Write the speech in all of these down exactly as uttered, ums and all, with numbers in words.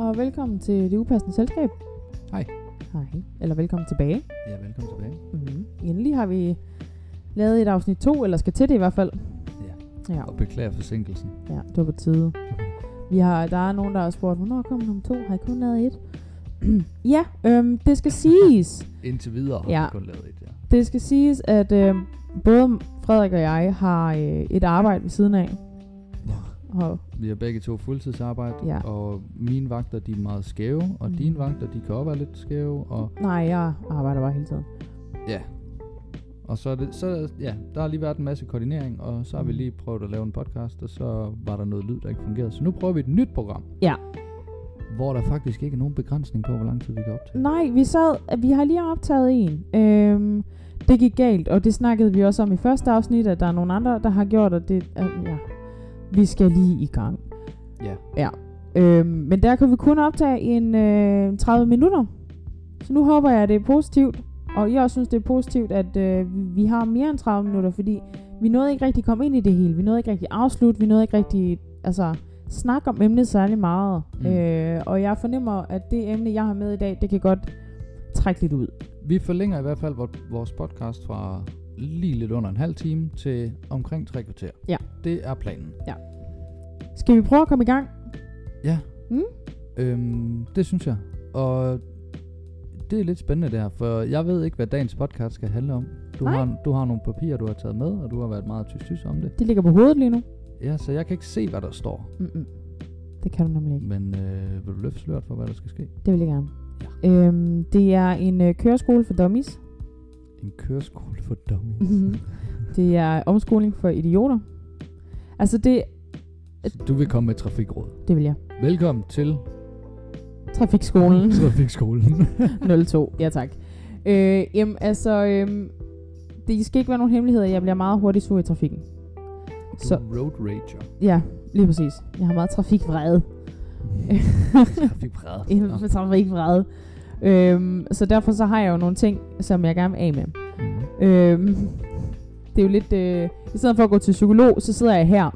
og velkommen til Det Upassende Selskab. Hej. Hej, eller velkommen tilbage. Ja, velkommen tilbage. Mm-hmm. Endelig har vi lavet et afsnit to, eller skal til det i hvert fald. Ja, Ja, og beklager forsinkelsen. ja det var på tide. Vi har, der er nogen, der har spurgt, hvornår kommer nummer to? Har I kun lavet et? ja, øhm, det skal siges. Indtil videre har Ja. vi kun lavet et, ja. Det skal siges, at øhm, både Frederik og jeg har øh, et arbejde ved siden af. ja. Og, Vi har begge to fuldtidsarbejde, Ja. og mine vagter, de er meget skæve, og Mm. dine vagter, de kan også være lidt skæve, og nej, jeg arbejder bare hele tiden. ja. Og så, er det, så ja, der har lige været en masse koordinering, og så har vi lige prøvet at lave en podcast, og så var der noget lyd, der ikke fungerede. Så nu prøver vi et nyt program. Ja. Hvor der faktisk ikke er nogen begrænsning på, hvor lang tid vi kan optage. Nej, vi sad, vi har lige optaget en. Øhm, det gik galt, og det snakkede vi også om i første afsnit, at der er nogle andre, der har gjort, og det, øh, ja, vi skal lige i gang. Ja. Ja. Øhm, men der kan vi kun optage en øh, tredive minutter. Så nu håber jeg, at det er positivt. Og jeg også synes, det er positivt, at øh, vi har mere end tredive minutter, fordi vi nåede ikke rigtig komme ind i det hele. Vi nåede ikke rigtig afslutte. Vi nåede ikke rigtig altså, snakke om emnet særlig meget. Mm. Øh, og jeg fornemmer, at det emne, jeg har med i dag, det kan godt trække lidt ud. Vi forlænger i hvert fald vores podcast fra lige lidt under en halv time til omkring tre kvarter. Ja. Det er planen. Skal vi prøve at komme i gang? Ja. Mm? Øhm, det synes jeg. Og det er lidt spændende der, for jeg ved ikke, hvad dagens podcast skal handle om. Du, Nej. har, du har nogle papirer, du har taget med, og du har været meget tys-tys om det. Det ligger på hovedet lige nu. Ja, så jeg kan ikke se, hvad der står. Mm-mm. Det kan du nemlig ikke. Men øh, vil du løfte sløret for, hvad der skal ske? Det vil jeg gerne. Ja. Øhm, det er en øh, køreskole for dummies. En køreskole for dummies. Mhm. Det er omskoling for idioter. Altså det, Så du vil komme med trafikråd. det vil jeg. Velkommen til Trafikskolen Trafikskolen. nul to. Ja tak. Øh, jamen altså, øh, det skal ikke være nogen hemmeligheder. Jeg bliver meget hurtigt sur i trafikken. Du Så- er road rager. Ja, lige præcis. Jeg har meget trafikvrede. Trafikvrede. En Nå. trafikvrede. Øhm, så derfor så har jeg jo nogle ting, som jeg gerne vil af med. Mhm. Øhm, det er jo lidt... Øh, I stedet for at gå til psykolog, så sidder jeg her.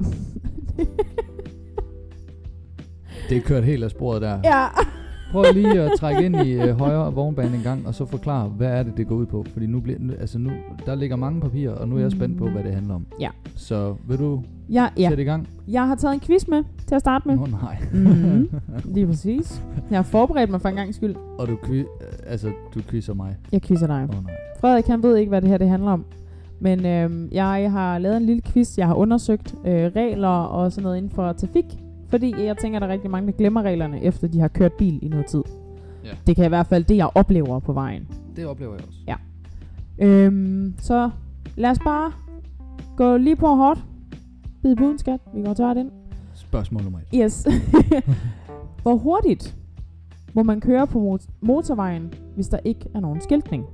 Det er kørt helt af sporet der. Ja. Prøv lige at trække ind i øh, højre vognbane en gang, og så forklare, hvad er det, det går ud på. Fordi nu bliver, nu- altså nu, der ligger mange papirer, og nu er jeg spændt på, hvad det handler om. Ja. Så vil du Ja, ja. sætte i gang? Jeg har taget en quiz med til at starte med. Nå nej. Mhm. Lige præcis. Jeg har forberedt mig for en gang skyld. Og du, quiz, altså, du quizzer mig. Jeg quizzer dig. Åh oh, nej. Frederik, han ved ikke, hvad det her det handler om. Men øhm, jeg har lavet en lille quiz. Jeg har undersøgt øh, regler og sådan noget inden for trafik. Fordi jeg tænker, at der er rigtig mange, der glemmer reglerne, efter de har kørt bil i noget tid. Ja. Det kan i hvert fald det, jeg oplever på vejen. Det oplever jeg også. Ja. Øhm, så lad os bare gå lige på hårdt. Bid buden, skat. Vi går tørt ind. Spørgsmål nummer et. Yes. Hvor hurtigt må man køre på mot- motorvejen, hvis der ikke er nogen skiltning?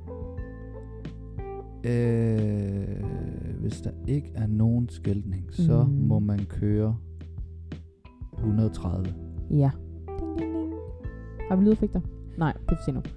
Øh, hvis der ikke er nogen skiltning, så Mm. må man køre et hundrede og tredive. Ja. Ding, ding, ding. Har vi lydeffekter? Nej, det er for sent nu.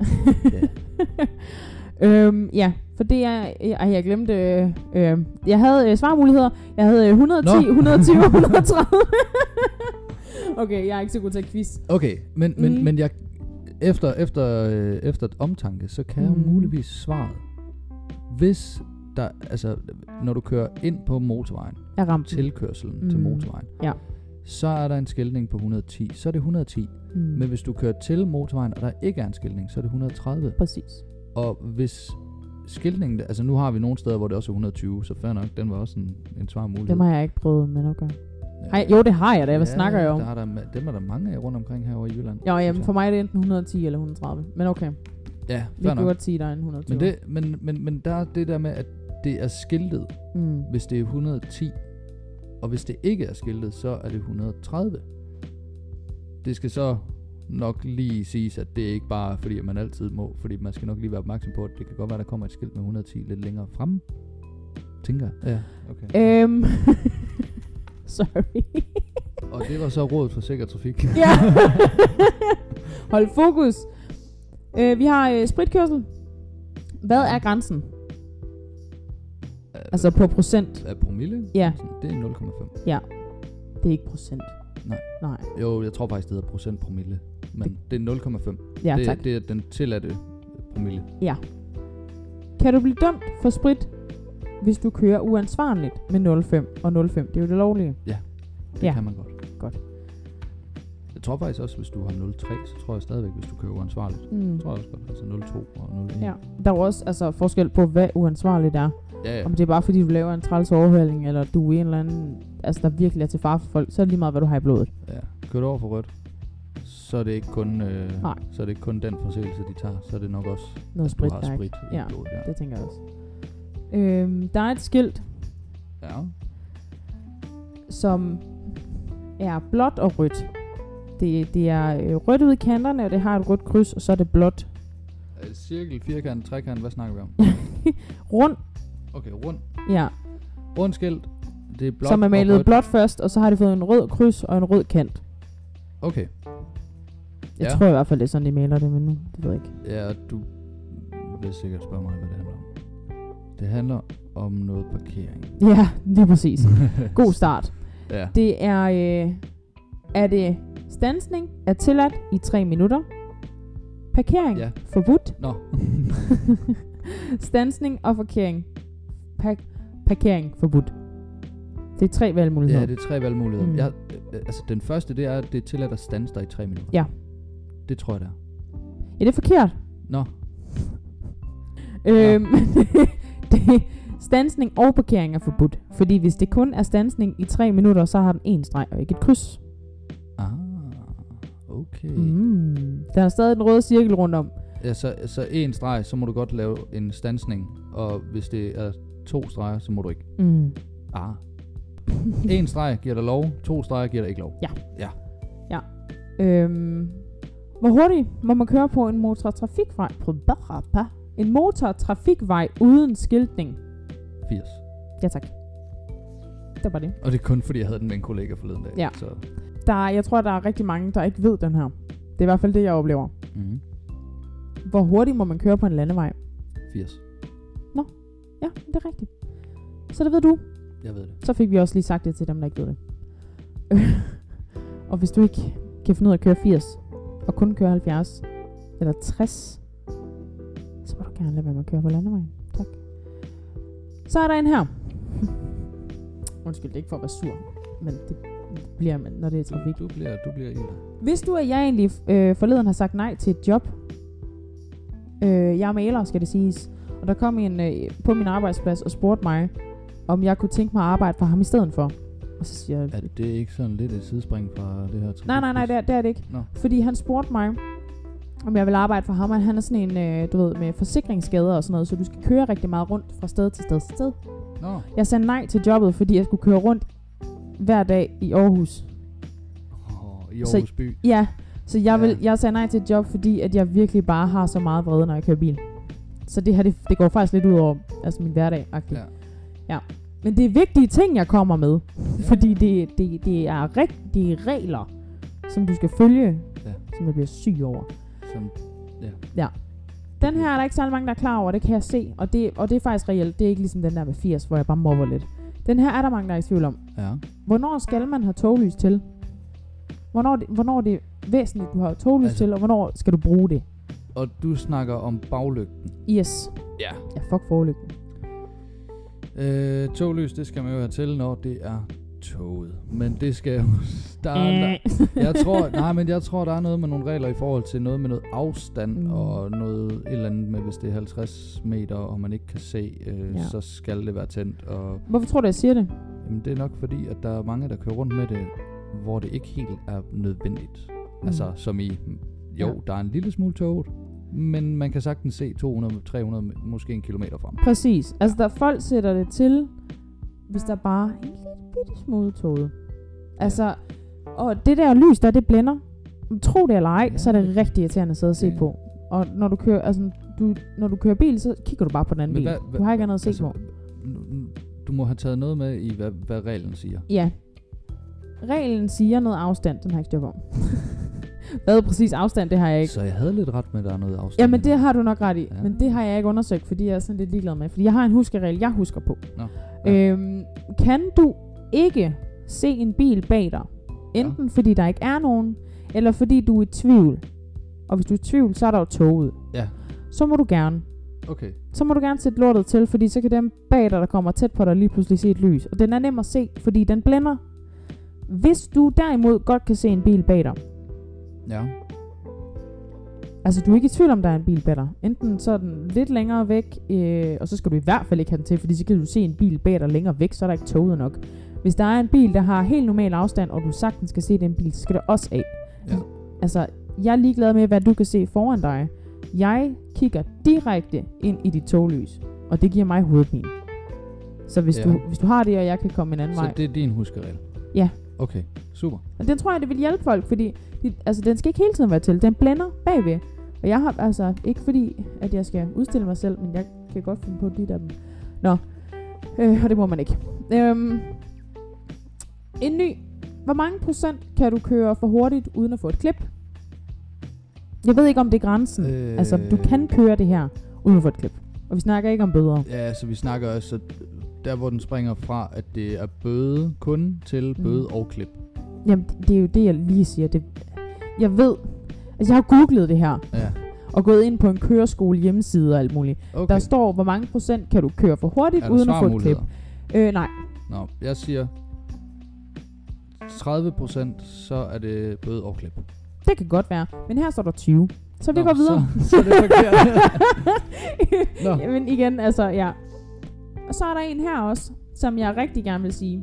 Ja. øhm, ja, for det er... Ej, jeg glemte... Øh, øh, jeg havde øh, svarmuligheder. Jeg havde øh, et hundrede og ti, Nå. et hundrede og tyve, et hundrede og tredive. Okay, jeg er ikke så god til at quiz. Okay, men, men, Mm. men jeg, efter, efter, øh, efter et omtanke, så kan jeg Mm. jo muligvis svaret. Hvis der, altså, når du kører ind på motorvejen, Jeg ramte den. tilkørselen Mm. til motorvejen, Ja. så er der en skiltning på et hundrede og ti, så er det et hundrede og ti. Mm. Men hvis du kører til motorvejen, og der ikke er en skiltning, så er det et hundrede og tredive. Præcis. Og hvis skiltningen, altså nu har vi nogle steder, hvor det også er et hundrede og tyve, så fair nok, den var også en, en svar mulighed. Dem har jeg ikke prøvet, men okay. Ja. Hej, jo, det har jeg da. Hvad snakker jeg om? Der er der, ma- dem er der mange af rundt omkring herovre i Jylland. Jo, synes jamen, jeg. for mig er det enten et hundrede og ti eller et hundrede og tredive. Men okay, Ja, vi fair kan nok. godt sige, at der er en et hundrede og tyve. Men, det, men, men, men der er det der med, at det er skiltet, Mm. hvis det er et hundrede og ti. Og hvis det ikke er skiltet, så er det et hundrede og tredive. Det skal så nok lige siges, at det er ikke bare fordi, at man altid må. Fordi man skal nok lige være opmærksom på, at det kan godt være, der kommer et skilt med et hundrede og ti lidt længere fremme. Tænker jeg. Ja, okay. Øhm. Sorry. Og det var så rådet for sikker trafik. Ja. Hold fokus. Øh, vi har øh, spritkørsel. Hvad er grænsen? Altså på procent. Er promille? Ja. Det er nul komma fem. Ja. Det er ikke procent. Nej. Nej. Jo, jeg tror faktisk, det hedder procent promille. Men det er nul komma fem. Ja, det, tak. det er den tilladte promille. Ja. Kan du blive dømt for sprit, hvis du kører uansvarligt med nul komma fem og nul komma fem? Det er jo det lovlige. Ja, det Ja. kan man godt. Godt. Jeg tror faktisk også, hvis du har nul komma tre, så tror jeg stadigvæk, hvis du kører uansvarligt. Mm. Jeg tror også godt, altså nul komma to og nul komma en. Ja. Der er jo også altså, forskel på, hvad uansvarligt er. Ja, ja. Om det er bare fordi, du laver en træls overhældning, eller du er en eller anden, altså der virkelig er til fare for folk, så er det lige meget, hvad du har i blodet. ja. Kører du over for rødt, så er det ikke kun, øh, Nej. så er det ikke kun den forseelse, de tager. Så er det nok også, Noget at du har sprit, der sprit ikke. i Ja, blodet. Ja. det tænker jeg også. Øhm, der er et skilt, ja. som er blåt og rødt. Det, det er øh, rødt ude i kanterne, og det har et rødt kryds, og så er det blåt. Øh, Cirkel, firkant, trekant, hvad snakker vi om? Rund, Okay, rund. ja, Rund skilt. Det er blåt som er og malet rødt. blåt først, og så har det fået en rød kryds og en rød kant. Okay. Jeg Ja. tror i hvert fald, det er sådan, de maler det, men nu, det ved jeg ikke. Ja, du vil sikkert spørge mig, hvad det handler om. Det handler om noget parkering. Ja, lige præcis. God start. Ja. Det er, øh, er det standsning er tilladt i tre minutter. Parkering Ja. forbudt. Nå. Standsning og parkering. Pa- parkering forbudt. Det er tre valgmuligheder. Ja, det er tre valgmuligheder. Mm. Mm. Jeg, altså, den første, det er, at det er tilladt at standse dig i tre minutter. Ja. Det tror jeg, det er. Ja, det er forkert. Nå. Øhm, det, standsning og parkering er forbudt. Fordi hvis det kun er standsning i tre minutter, så har den en streg og ikke et kryds. Ah, okay. Mm. Der er stadig en rød cirkel rundt om. Ja, så, så en streg, så må du godt lave en standsning. Og hvis det er to streger, så må du ikke. Mm. Ah. En streg giver dig lov, to streger giver dig ikke lov. Ja. Ja. Ja. Øhm, hvor hurtigt må man køre på en motortrafikvej? En motortrafikvej uden skiltning. firs. Ja tak. Det var det. Og det er kun fordi, jeg havde den med en kollega forleden dag. Ja. Så. Der, er- jeg tror, der er rigtig mange, der ikke ved den her. Det er i hvert fald det, jeg oplever. Mm-hmm. Hvor hurtigt må man køre på en landevej? firs. Ja, det er rigtigt. Så det ved du. Jeg ved det. Så fik vi også lige sagt det til dem, der ikke ved det. Og hvis du ikke kan finde ud af at køre firs, og kun køre halvfjerds, eller tres, så må du gerne lade være med at køre på landevejen. Tak. Så er der en her. Undskyld, det er ikke for at være sur, men det bliver man, når det er trafik. Du, du bliver, du bliver ild. Hvis du og jeg egentlig øh, forleden har sagt nej til et job, øh, jeg er maler, skal det siges, og der kom en øh, på min arbejdsplads og spurgte mig, om jeg kunne tænke mig at arbejde for ham i stedet for. Og så siger jeg, Er det ikke sådan lidt et sidespring fra det her trafik? nej, nej, nej, det er, det er det ikke. Nå. Fordi han spurgte mig, om jeg vil arbejde for ham, og han er sådan en, øh, du ved, med forsikringsskader og sådan noget, så du skal køre rigtig meget rundt fra sted til sted til sted. Nå. Jeg sagde nej til jobbet, fordi jeg skulle køre rundt hver dag i Aarhus. Oh, I Så- Aarhus by. Ja, så jeg, Ja. vil, jeg sagde nej til et job, fordi at jeg virkelig bare har så meget vrede, når jeg kører bil. Så det her, det, det går faktisk lidt ud over altså min hverdag. Ja. Ja. Men det er vigtige ting, jeg kommer med. Fordi det, det, det er rigtige regler, som du skal følge, Ja. som jeg bliver syg over. Som, Den her er der ikke særlig mange, der er klar over, det kan jeg se. Og det, og det er faktisk reelt. Det er ikke ligesom den der med firs, hvor jeg bare mobber lidt. Den her er der mange, der er i tvivl om. ja. Hvornår skal man have toglys til? Hvornår, det, hvornår er det væsentligt, du har toglys Altså- til, og hvornår skal du bruge det? Og du snakker om baglygten. Yes. Ja. Ja, fuck forlygten. Øh, toglys, det skal man jo have til, når det er toget. Men det skal jo... Der er, der, jeg tror, nej, men jeg tror, der er noget med nogle regler i forhold til noget med noget afstand, Mm. mm. og noget et eller andet med, hvis det er halvtreds meter, og man ikke kan se, øh, Ja. ja. så skal det være tændt. Og, Hvorfor tror du, jeg siger det? jamen, det er nok fordi, at der er mange, der kører rundt med det, hvor det ikke helt er nødvendigt. Mm. Altså, som i, jo, Ja. der er en lille smule toget, men man kan sagtens se to hundrede til tre hundrede, måske en kilometer frem. Præcis. Altså, der folk sætter det til, hvis der bare er en lille bitte smule toget. Altså, og det der lys der, det blænder. Tro det eller ej, Ja, så er det det- rigtig irriterende at sidde og se Ja. på. Og når du kører, altså, du, når du kører bil, så kigger du bare på den anden Men bil. hvad- Du har ikke andet at se altså, på. nu- nu- Du må have taget noget med i, hvad, hvad reglen siger. Ja. Reglen siger noget afstand, den har jeg ikke styr på. Hvad præcis afstand, det har jeg ikke. Så jeg havde lidt ret med, at der er noget afstand. Jamen det har du nok ret i, Ja. men det har jeg ikke undersøgt, fordi jeg er sådan lidt ligeglad med. Fordi jeg har en huskeregel, jeg husker på. Nå. Øhm, kan du ikke se en bil bag dig, enten ja. fordi der ikke er nogen, eller fordi du er i tvivl, og hvis du er i tvivl, så er der jo toget, Ja. så må du gerne. Okay. Så må du gerne sætte lortet til, fordi så kan dem bag dig, der kommer tæt på dig, lige pludselig se et lys. Og den er nem at se, fordi den blænder. Hvis du derimod godt kan se en bil bag dig, Ja. altså du er ikke i tvivl om, der er en bil bag dig. Enten så er den lidt længere væk, øh, og så skal du i hvert fald ikke have den til, fordi så kan du se en bil bag dig længere væk, så er der ikke toget nok. Hvis der er en bil, der har helt normal afstand, og du sagtens skal se den bil, så skal det også af. Ja. Altså, jeg er ligeglad med, hvad du kan se foran dig. Jeg kigger direkte ind i dit toglys, og det giver mig hovedpine. Så hvis, Ja. du, hvis du har det, og jeg kan komme en anden Så vej. det er din huskeregel? Ja. Okay, super. Og den tror jeg, det vil hjælpe folk, fordi de, altså, den skal ikke hele tiden være til. Den blænder bagved. Og jeg har altså, ikke fordi, at jeg skal udstille mig selv, men jeg kan godt finde på dit af dem. Nå, øh, og det må man ikke. Øhm, en ny. Hvor mange procent kan du køre for hurtigt, uden at få et klip? Jeg ved ikke, om det er grænsen. Øh, altså, du kan køre det her, uden at få et klip. Og vi snakker ikke om bøder. Ja, så vi snakker også der, hvor den springer fra, at det er bøde kun til bøde mm. og klip. Jamen, det er jo det, jeg lige siger. Det, jeg ved, altså jeg har googlet det her. Ja. Og gået ind på en køreskole hjemmeside og alt muligt. Okay. Der står, hvor mange procent kan du køre for hurtigt, uden at få et klip. Øh, nej. Nå, jeg siger tredive procent, så er det bøde og klip. Det kan godt være. Men her står der tyve. Så vi Nå, går videre. Så, så er det forkert. Jamen igen, altså, ja. Og så er der en her også, som jeg rigtig gerne vil sige.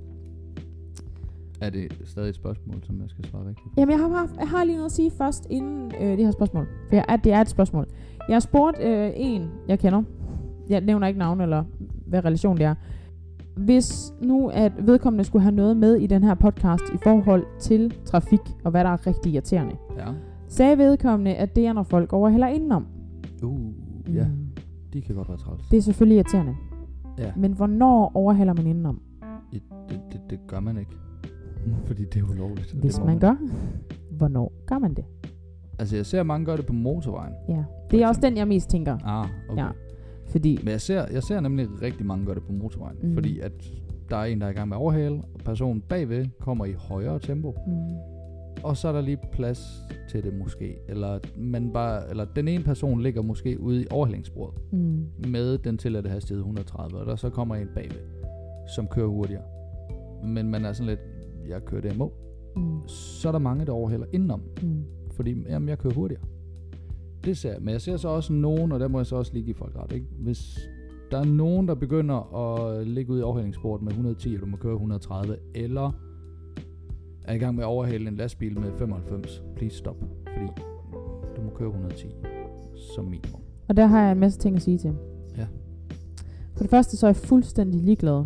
Er det stadig et spørgsmål, som jeg skal svare rigtigt? Jamen, jeg har, jeg har lige noget at sige først, inden øh, det her spørgsmål. For jeg, at det er et spørgsmål. Jeg har spurgt øh, en, jeg kender. Jeg nævner ikke navn, eller hvad relation det er. Hvis nu, at vedkommende skulle have noget med i den her podcast i forhold til trafik, og hvad der er rigtig irriterende. Ja. Sagde vedkommende, at det er, når folk overhælder indenom. Uh, ja. Mm. De kan godt være træls. Det er selvfølgelig irriterende. Ja. Men hvornår overhælder man indenom? Det, det, det, det gør man ikke. Fordi det er ulovligt. Hvis man, man gør, hvornår gør man det? Altså, jeg ser mange gøre det på motorvejen. Ja, det er også den, jeg mest tænker. Ah, okay. Ja. Fordi Men jeg ser, jeg ser nemlig rigtig mange gøre det på motorvejen. Mm. Fordi at der er en, der er i gang med at overhale, og personen bagved kommer i højere tempo. Mm. Og så er der lige plads til det måske. Eller, man bare, eller den ene person ligger måske ude i overhalingssporet mm. med den tilladte hastighed et hundrede og tredive, og der så kommer en bagved, som kører hurtigere. Men man er sådan lidt, jeg kører det, jeg må. Mm. Så er der mange, der overhælder indenom. Mm. Fordi jamen, jeg kører hurtigere. Det ser jeg. Men jeg ser så også nogen, og der må jeg så også lige give folk ret, ikke? Hvis der er nogen, der begynder at ligge ude i overhalingssporet med et hundrede og ti, og du må køre et hundrede og tredive, eller er i gang med at overhale en lastbil med femoghalvfems, please stop. Fordi du må køre et hundrede og ti som minimum. Og der har jeg en masse ting at sige til. Ja. For det første, så er jeg fuldstændig ligeglad,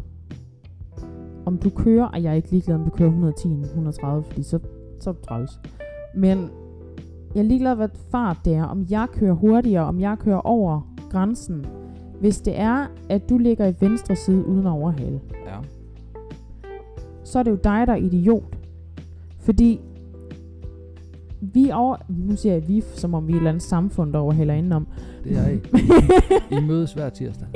om du kører, og jeg er ikke ligeglad, om du kører et hundrede og ti eller et hundrede og tredive, fordi så, så er du træls. Men jeg er ligeglad, hvad fart det er, om jeg kører hurtigere, om jeg kører over grænsen, hvis det er, at du ligger i venstre side uden at overhale. Ja. Så er det jo dig, der er idiot. Fordi vi over... Nu siger jeg vi, som om vi er et eller andet samfund, der overhælder indenom. Det er I. I mødes hver tirsdag.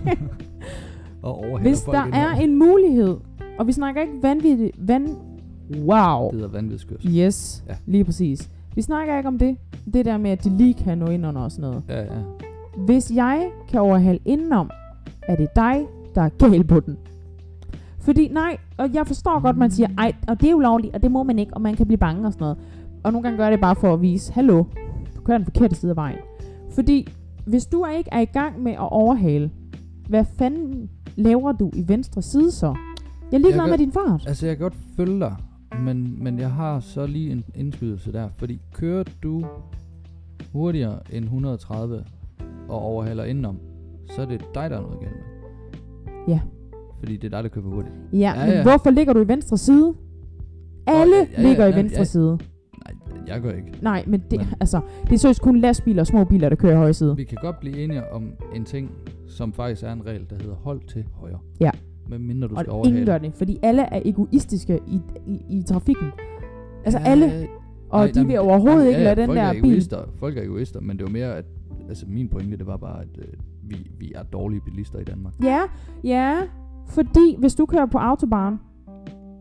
Og overhælder hvis folk der indenom. er en mulighed, og vi snakker ikke vanvittigt... Van, wow. Det hedder vanvidskørsel. Yes, ja. Lige præcis. Vi snakker ikke om det. Det der med, at de lige kan nå ind under og sådan noget. Ja, ja. Hvis jeg kan overhale indenom, er det dig, der er galt på den. Fordi nej, og jeg forstår godt, man siger, ej, og det er ulovligt, og det må man ikke, og man kan blive bange og sådan noget. Og nogle gange gør det bare for at vise, hallo, du kører den forkerte side af vejen. Fordi hvis du ikke er i gang med at overhale, hvad fanden laver du i venstre side så? Jeg er ligeglad med din fart. Altså jeg kan godt følge dig, men, men jeg har så lige en indskydelse der. Fordi kører du hurtigere end et hundrede og tredive og overhaler indenom, så er det dig, der er noget igen med. Ja. Fordi det er dig, der kører for hurtigt. Ja, ja, men ja. Hvorfor ligger du i venstre side? Alle ja, ja, ja, ligger ja, i venstre ja, ja. side. Nej, jeg gør ikke. Nej, men det, men altså, det er så kun lastbiler og små biler, der kører i højre side. Vi kan godt blive enige om en ting, som faktisk er en regel, der hedder hold til højre. Ja. Men mindre du og skal overhale. Og ingen gør det, fordi alle er egoistiske i, i, i trafikken. Altså ja, alle, og nej, de vil overhovedet ja, ikke lade ja, den der bil. Folk er egoister, men det var mere, at altså min pointe, det var bare, at øh, vi, vi er dårlige bilister i Danmark. Ja, ja, fordi hvis du kører på autobahn,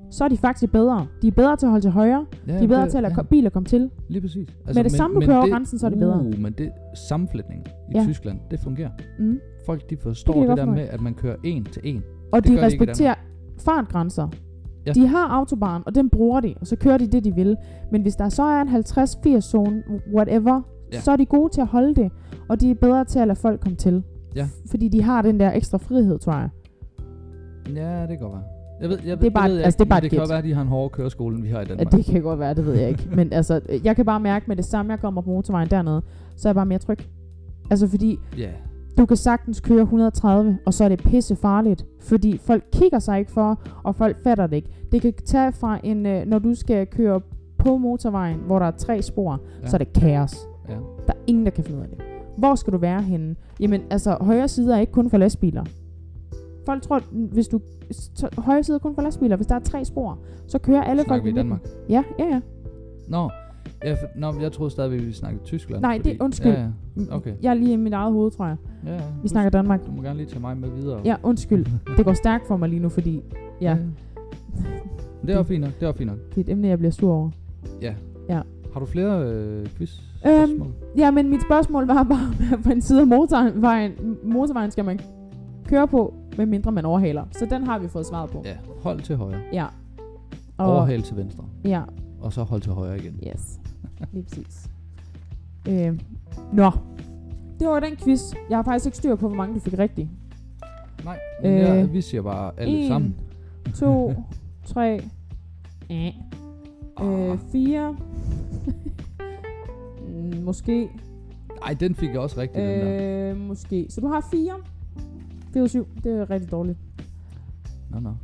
så er de faktisk bedre. De er bedre til at holde til højre. Ja, de er bedre det, til at lade ja. biler komme til. Lige præcis. Altså, med det samme, du kører over grænsen, så er det bedre. Uh, men det sammenflætning i ja. Tyskland, det fungerer. Mm. Folk, de forstår det, det der med, at man kører en til en. Og det de respekterer fartgrænser. Ja. De har autobahn, og den bruger de, og så kører de det, de vil. Men hvis der så er en halvtreds firs zone, whatever, ja. så er de gode til at holde det. Og de er bedre til at lade folk komme til. Ja. Fordi de har den der ekstra frihed, tror jeg. Ja, det kan godt være. Jeg ved, jeg det er bare, ved, jeg, altså, det er bare det kan godt være, at de har en hårdere køreskole, end vi har i Danmark. Ja, det kan godt være, det ved jeg ikke. Men altså, jeg kan bare mærke med det samme, jeg kommer på motorvejen dernede, så er jeg bare mere tryg. Altså fordi, yeah. du kan sagtens køre et hundrede og tredive, og så er det pisse farligt. Fordi folk kigger sig ikke for, og folk fatter det ikke. Det kan tage fra en, når du skal køre på motorvejen, hvor der er tre spor, ja. så er det kaos. Ja. Der er ingen, der kan finde ud af det. Hvor skal du være henne? Jamen, altså, højre side er ikke kun for lastbiler. Folk tror, hvis du t- højre side er kun for lastbiler, hvis der er tre spor, så kører alle snakker folk vi i Danmark? Ja, ja, ja. Nå, ja, for, nå jeg troede stadigvæk, vi snakkede Tyskland. Nej, fordi, det undskyld. Ja, ja. Okay. Jeg er lige i mit eget hoved, tror jeg. Ja, ja. Vi snakker Danmark. Du må gerne lige tage mig med videre. Ja, undskyld. Det går stærkt for mig lige nu, fordi ja. ja. Det er også fint nok. Det er også fint nok. Det er et emne, jeg bliver sur over. Ja. Ja. Har du flere øh, quiz? Øhm, ja, men mit spørgsmål var bare, på en side af motorvejen, motorvejen skal man køre på, med mindre man overhaler. Så den har vi fået svaret på. Ja, hold til højre. Ja. Og overhale til venstre. Ja. Og så hold til højre igen. Yes, lige præcis. øh, Nå, det var den quiz. Jeg har faktisk ikke styr på, hvor mange du fik rigtigt. Nej, men øh, jeg, vi siger bare alle en, sammen. to, tre, øh, øh, fire, måske. Nej, den fik jeg også rigtigt, øh, den der. Måske. Så du har fire. fire og syv. Det er rigtig dårligt. Nå, nå.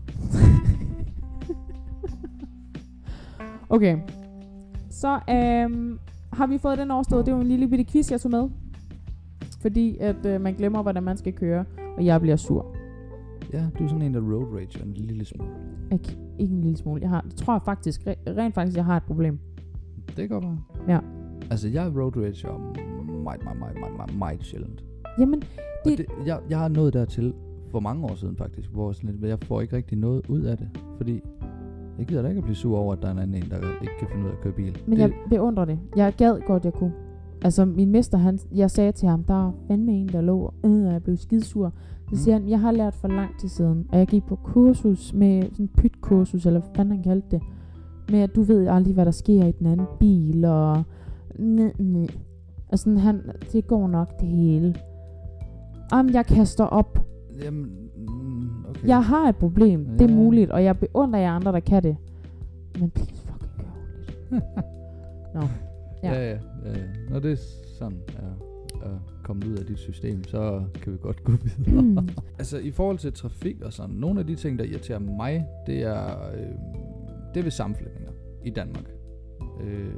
Okay. Så øhm, har vi fået den overstået. Det er jo en lille bitte quiz, jeg tog med. Fordi at øh, man glemmer, hvordan man skal køre. Og jeg bliver sur. Ja, du er sådan en, der road rager en lille smule. Ikke, ikke en lille smule. Jeg har, jeg tror faktisk, rent faktisk, jeg har et problem. Det går bare. Ja. Altså, jeg er road rager meget, meget, meget, meget, meget, meget sjældent. Jamen, det... det jeg, jeg har nået dertil for mange år siden faktisk, hvor sådan lidt, jeg får ikke rigtig noget ud af det. Fordi jeg gider da ikke at blive sur over, at der er en anden en, der ikke kan finde ud af at køre bil. Men det, jeg beundrer det. Jeg gad godt, jeg kunne. Altså, min mester, han, jeg sagde til ham, der er fandme en, der lå, øh, og jeg blev skidsur. Så mm. siger han, jeg har lært for lang tid siden, og jeg gik på kursus med sådan en pytkursus, eller hvad fanden han kaldte det. Med at du ved aldrig, hvad der sker i den anden bil, og næ, næ. Og sådan, han, det går nok det hele. Jamen, jeg kaster op. Jamen, okay. Jeg har et problem, ja. Det er muligt, og jeg beundrer jer andre, der kan det. Men please fucking gør ordentligt. Nå. Ja. Ja, ja, ja, ja. Når det er sådan, ja, er kommet ud af dit system, så kan vi godt gå videre. Mm. Altså, i forhold til trafik og sådan, nogle af de ting, der irriterer mig, det er, øh, det er ved sammenflætninger i Danmark. Øh,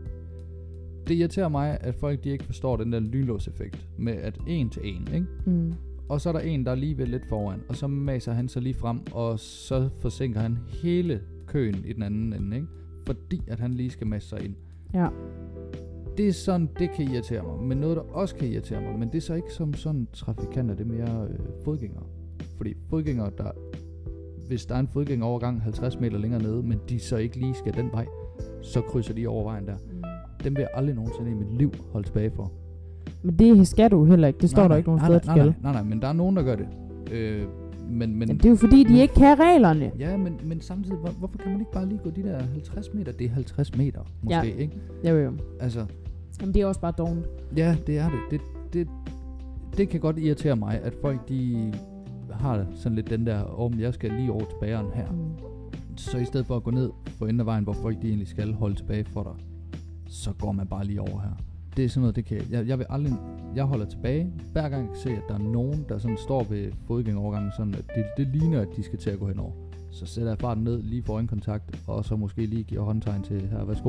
det irriterer mig, at folk de ikke forstår den der lynlåseffekt med at en til en, ikke? Mm. Og så er der en, der er lige ved lidt foran, og så maser han sig lige frem, og så forsinker han hele køen i den anden ende, ikke? Fordi at han lige skal masse sig ind. Ja. Det er sådan, det kan irritere mig. Men noget, der også kan irritere mig, men det er så ikke som sådan trafikanter, det er mere øh, fodgængere. Fordi fodgængere, der, hvis der er en fodgængerovergang halvtreds meter længere nede, men de så ikke lige skal den vej, så krydser de over vejen der. Mm. Dem vil jeg aldrig nogensinde i mit liv holde tilbage for. Men det skal du heller ikke. Det står nej, der ikke nogen steder, du skal. Nej, nej, nej, men der er nogen, der gør det. Øh, men, men, Jamen, det er jo fordi, de men, ikke kan reglerne. Ja, men, men samtidig, hvor, hvorfor kan man ikke bare lige gå de der halvtreds meter? Det er halvtreds meter, måske, ja. ikke? Jo, jo. Altså... Jamen, det er også bare dovent. Ja, det er det. Det, det. det kan godt irritere mig, at folk, de har sådan lidt den der, om oh, jeg skal lige over til bageren her. Mm. Så i stedet for at gå ned på enden af vejen, hvor folk de egentlig skal holde tilbage for dig, så går man bare lige over her. Det er sådan noget, det kan jeg. Jeg vil aldrig, jeg holder tilbage, hver gang jeg kan se, at der er nogen, der sådan står ved fodgængerovergangen, sådan at det, det ligner, at de skal til at gå henover. Så sætter jeg farten ned lige for øjenkontakt, og så måske lige giver håndtegn til her, værsgo.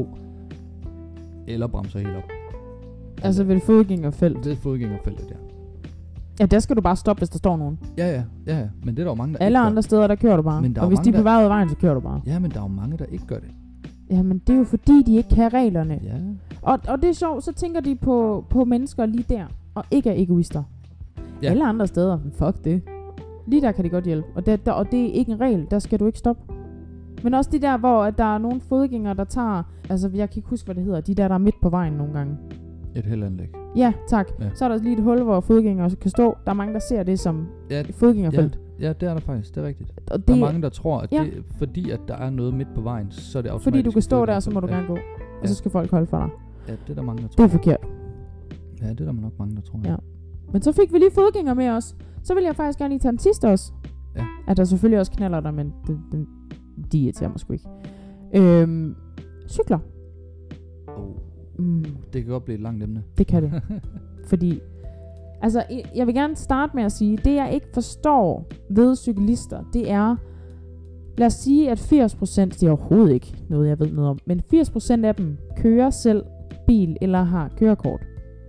Eller bremser helt op. Altså ved fodgængerfelt? Ved fodgængerfeltet, ja. Ja, der skal du bare stoppe, hvis der står nogen. Ja, ja, ja, ja. Men det er der jo mange, der alle andre gør. Steder, der kører du bare. Og hvis de er på vej ud af vejen, så kører du bare. Ja, men der er jo mange, der ikke gør det. Jamen, det er jo fordi, de ikke kan reglerne. Ja. Og, og det er sjovt, så tænker de på, på mennesker lige der, og ikke er egoister. Ja. Alle andre steder, fuck det. Lige der kan de godt hjælpe. Og det, der, og det er ikke en regel, der skal du ikke stoppe. Men også de der, hvor at der er nogle fodgængere, der tager... Altså, jeg kan ikke huske, hvad det hedder. De der, der er midt på vejen nogle gange. Et heldanlæg. Ja, tak. Ja. Så er der lige et hul, hvor fodgængere kan stå. Der er mange, der ser det som Ja, et fodgængerfelt. Ja, ja, det er der faktisk. Det er rigtigt. Og det, der er mange, der tror, at ja. det, fordi at der er noget midt på vejen, så er det automatisk. Fordi du kan stå der, så må du ja. gerne gå. Og ja. så skal folk holde for dig. Ja, det er der mange, der tror. Det er forkert. Ja, det er der nok mange, der tror. Ja. Men så fik vi lige fodgængere med os. Så vil jeg faktisk gerne lige tage den sidste også. Ja. At der selvfølgelig også knaller der, men det, det, de irriterer mig sgu ikke. Øhm, cykler. Oh. Mm, Det kan godt blive et langt emne. det kan det. Fordi, altså, jeg vil gerne starte med at sige, det jeg ikke forstår ved cyklister, det er, lad os sige, at firs procent, det er overhovedet ikke noget, jeg ved noget om, men firs procent af dem kører selv bil eller har kørekort.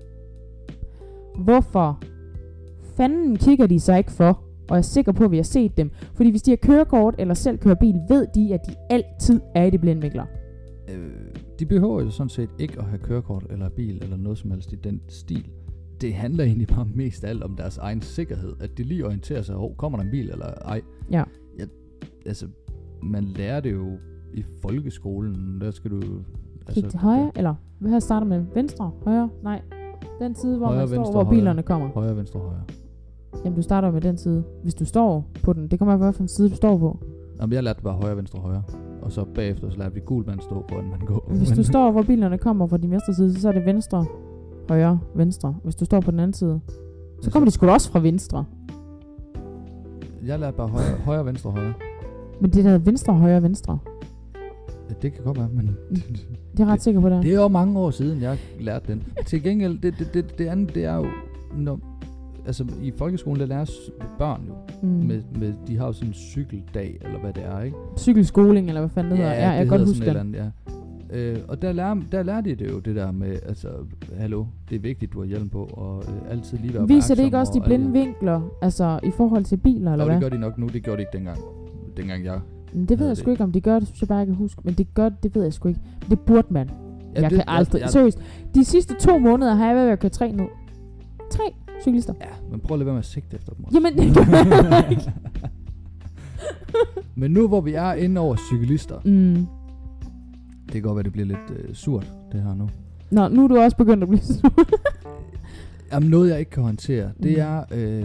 Hvorfor fanden kigger de sig ikke for, og er sikker på, at vi har set dem? Fordi hvis de har kørekort eller selv kører bil, ved de, at de altid er i det blindvinkler. Øh, de behøver jo sådan set ikke at have kørekort eller bil eller noget som helst i den stil. Det handler egentlig bare mest af alt om deres egen sikkerhed. At de lige orienterer sig, oh, kommer der en bil eller ej. Ja. Ja, altså, man lærer det jo i folkeskolen. Der skal du... Altså, Kig til højre, eller hvad her starter med? Venstre? Højre? Nej. Den side, hvor højre, man står, venstre, hvor højre. bilerne kommer. Højre, venstre, højre. Jamen, du starter med den side. Hvis du står på den, det kommer an på, hvilken side du står på. Jamen, jeg lærte bare højre, venstre, højre. Og så bagefter, så lærte vi gul mand stå, hvordan man går. Hvis du står, hvor bilerne kommer fra din venstre side, så er det venstre, højre, venstre. Hvis du står på den anden side, så kommer de sgu da også fra venstre. Jeg lærte bare højre, højre, venstre, højre. Men det der er venstre, højre, venstre. Ja, det kan godt være, men... Det er jeg ret sikker på det. Det er jo mange år siden, jeg lærte den. Til gengæld, det, det, det, det andet, det er jo... Når, altså, i folkeskolen, der lærer børn jo. Mm. Med, med, de har jo sådan en cykeldag, eller hvad det er, ikke? Cykelskoling, eller hvad fanden det Ja, hedder. Ja, jeg det kan godt hedder huske sådan den. et eller andet, ja. Øh, og der lærer, der lærer de det jo, det der med, altså, hallo, det er vigtigt, du har hjelm på, og øh, altid lige være opmærksom. Viser det ikke også de og blinde alle- vinkler, altså i forhold til biler, eller Jo, hvad? det gør de nok nu, det gjorde de ikke dengang. Dengang jeg... Men det ved Hedder jeg det sgu ikke, om de gør det, synes jeg bare, jeg kan huske. Men det gør det ved jeg sgu ikke. Men det burde man. Ja, jeg det, kan aldrig... Jeg, Seriøst, de sidste to måneder har jeg været ved at køre tre ned. Tre cyklister. ja, men prøv at lade være med at sigte efter dem også. Jamen, det gør jeg ikke. Men nu hvor vi er inde over cyklister, Mm. det kan godt være, det bliver lidt øh, surt, det her nu. Nå, nu er du også begyndt at blive sur. Jamen noget, jeg ikke kan håndtere, det Mm. er øh,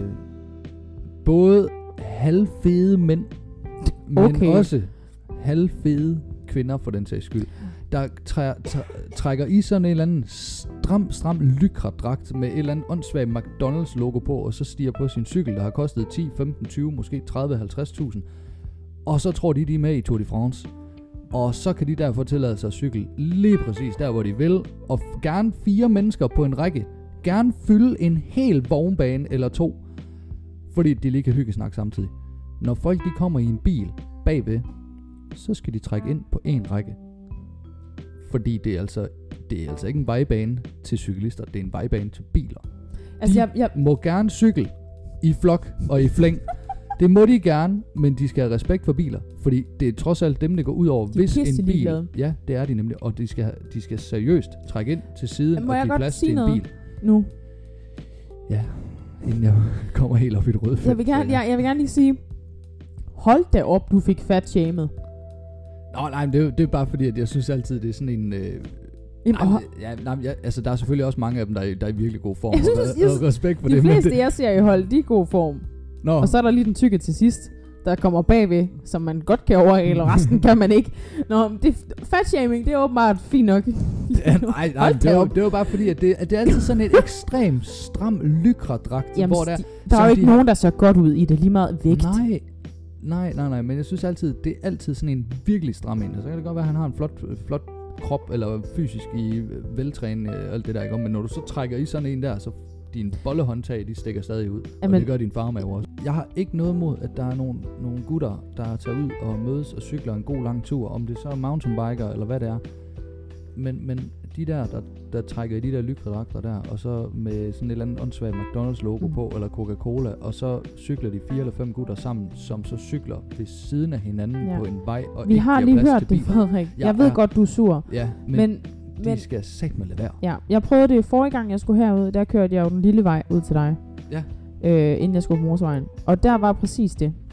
både halvfede mænd, men Okay. også halvfede kvinder for den sags skyld, der træ, træ, trækker i sådan en eller anden stram, stram lykradragt med et eller andet åndssvagt McDonald's logo på, og så stiger på sin cykel, der har kostet ti, femten, tyve, måske tredive, halvtreds tusind. Og så tror de, de er med i Tour de France. Og så kan de derfor tillade sig at cykle lige præcis der, hvor de vil. Og f- gerne fire mennesker på en række. Gerne fylde en hel vognbane eller to. Fordi de lige kan hygge snakke samtidig. Når folk de kommer i en bil bagved, så skal de trække ind på en række. Fordi det er altså, det er altså ikke en vejbane til cyklister. Det er en vejbane til biler. Altså, De jeg, jeg, må gerne cykle i flok og i flæng. Det må de gerne, men de skal have respekt for biler. Fordi det er trods alt dem, det går ud over, De er hvis en bil... pisseligeglade. Ja, det er de nemlig. Og de skal, de skal seriøst trække ind til siden Må og jeg give godt plads sige til en noget? bil. nu. Ja, inden jeg kommer helt op i det røde felt. Jeg vil, gerne, jeg, jeg vil gerne lige sige, hold da op, du fik fat shamed. Nå, nej, men det er, jo- det er bare fordi, at jeg synes altid, det er sådan en... Øh, Jamen, nej, og, ja, nej, ja, altså, der er selvfølgelig også mange af dem, der er, der er i virkelig god form. Jeg synes, og, jeg synes, og respekt for de det. men fleste, det, jeg ser i hold, de er i god form. Nå, Og så er der lige den tykke til sidst, der kommer bagved, som man godt kan overhale, og resten kan man ikke. Nå, men det, fatshaming, det er åbenbart fint nok. ja, nej, nej, Hold det da er, jo, op. det er jo bare fordi, at det, at det er altid sådan et ekstremt stram lykradragt, Jamen, hvor der, de, der er som jo ikke de- nogen, der ser godt ud i det, lige meget vægt. Nej, nej, nej, nej, men jeg synes altid, det er altid sådan en virkelig stram en. Så kan det godt være, at han har en flot, flot krop, eller fysisk i veltræning og alt det der, ikke? Men når du så trækker i sådan en der, så dine bollehåndtag, de stikker stadig ud. Jamen. Og det gør din farmave også. Jeg har ikke noget mod, at der er nogle, nogle gutter, der tager ud og mødes og cykler en god lang tur, om det så er mountainbiker eller hvad det er. Men, men de der, der, der trækker i de der lykredragter der, og så med sådan et eller andet åndssvagt McDonald's logo Mm. på, eller Coca-Cola, og så cykler de fire eller fem gutter sammen, som så cykler ved siden af hinanden Ja. på en vej, og Vi ikke har giver lige plads hørt til det, biler. Frederik. Jeg Jeg ved er- godt, du er sur. Ja, men, Men, men men de skal satme lade være. ja, jeg prøvede det forrige gang, jeg skulle herud. Der kørte jeg jo den lille vej ud til dig. Ja. Øh, inden jeg skulle på motorvejen. Og der var præcis det.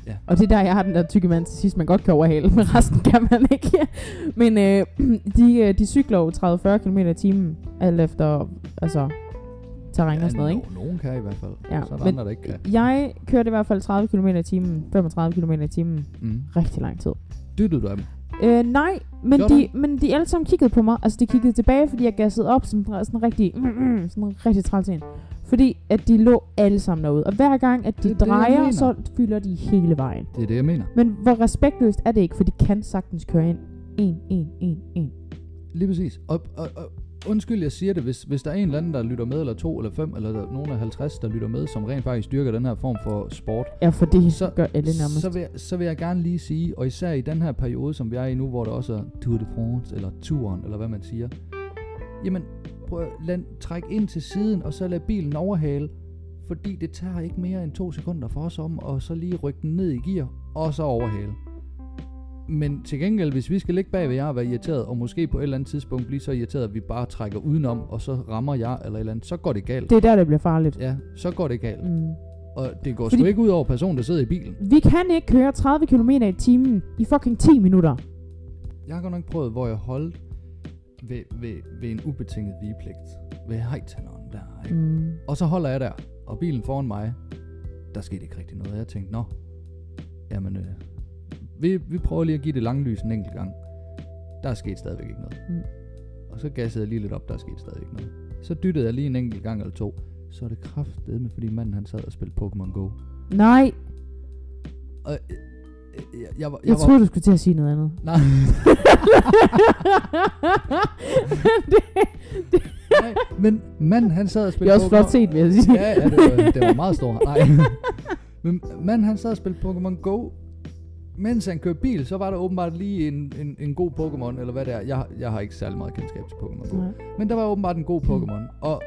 Ja. Og det er der, jeg har den der tykke mand til sidst, man godt kan overhale, men resten kan man ikke. Men øh, de, de cykler jo tredive til fyrre kilometer i timen, alt efter altså, terræn Ja, og sådan noget, ikke? no, nogen kan i hvert fald. Ja, Så er der men andre, der ikke kan. Jeg kørte i hvert fald tredive kilometer i timen, femogtredive kilometer i timen, Mm. rigtig lang tid. Dyttede du af dem? Øh, nej, men Gjorde de, men de alle sammen kiggede på mig. Altså, de kiggede tilbage, fordi jeg gassede op som sådan rigtig, mm, mm, sådan en rigtig træls en. Fordi at de lå alle sammen derude. Og hver gang, at de Det er det, jeg drejer, mener. så fylder de hele vejen. Det er det, jeg mener. Men hvor respektløst er det ikke, for de kan sagtens køre ind. En, en, en, en. Lige præcis. Og, og, og undskyld, jeg siger det, hvis, hvis der er en eller anden, der lytter med, eller to, eller fem, eller der, nogen af halvtreds, der lytter med, som rent faktisk styrker den her form for sport, Ja, for det så, gør alle nærmest. så, vil jeg, så vil jeg gerne lige sige, og især i den her periode, som vi er i nu, hvor der også er Tour de France, eller turen, eller hvad man siger, jamen, prøv at lad, træk ind til siden, og så lad bilen overhale, fordi det tager ikke mere end to sekunder for os om, og så lige rykke den ned i gear, og så overhale. Men til gengæld, hvis vi skal ligge bag ved jer og være irriteret, og måske på et eller andet tidspunkt blive så irriteret, at vi bare trækker udenom, og så rammer jeg eller et eller andet, så går det galt. Det er der, det bliver farligt. Ja, så går det galt. Mm. Og det går Fordi- sgu ikke ud over personen, der sidder i bilen. Vi kan ikke køre tredive kilometer i timen i fucking ti minutter. Jeg har godt nok prøvet, hvor jeg holdt ved, ved, ved en ubetinget vigepligt. Ved hejtænderen der, ikke? Mm. Og så holder jeg der, og bilen foran mig, der skete ikke rigtig noget. Jeg tænkte, nå, jamen, øh, vi, vi prøver lige at give det lange lys en enkelt gang. Der er sket stadigvæk ikke noget. Mm. Og så gassede jeg lige lidt op, der er sket stadigvæk ikke noget. Så dyttede jeg lige en enkelt gang eller to. Så er det kraftedeme, fordi manden han sad og spillede Pokémon Go. Nej, Og øh, øh, jeg, jeg var... jeg, jeg var, troede, du skulle til at sige noget andet. Nej. Nej, men manden han sad og Det spillede er også flot set, vil jeg sige. Ja, ja, det var, det var meget stor. Nej. Men manden han sad og spillede Pokémon Go. Mens han kørte bil, så var der åbenbart lige en, en, en god Pokémon, eller hvad det er. Jeg, jeg har ikke særlig meget kendskab til Pokémon Go. Nej. Men der var åbenbart en god Pokémon, og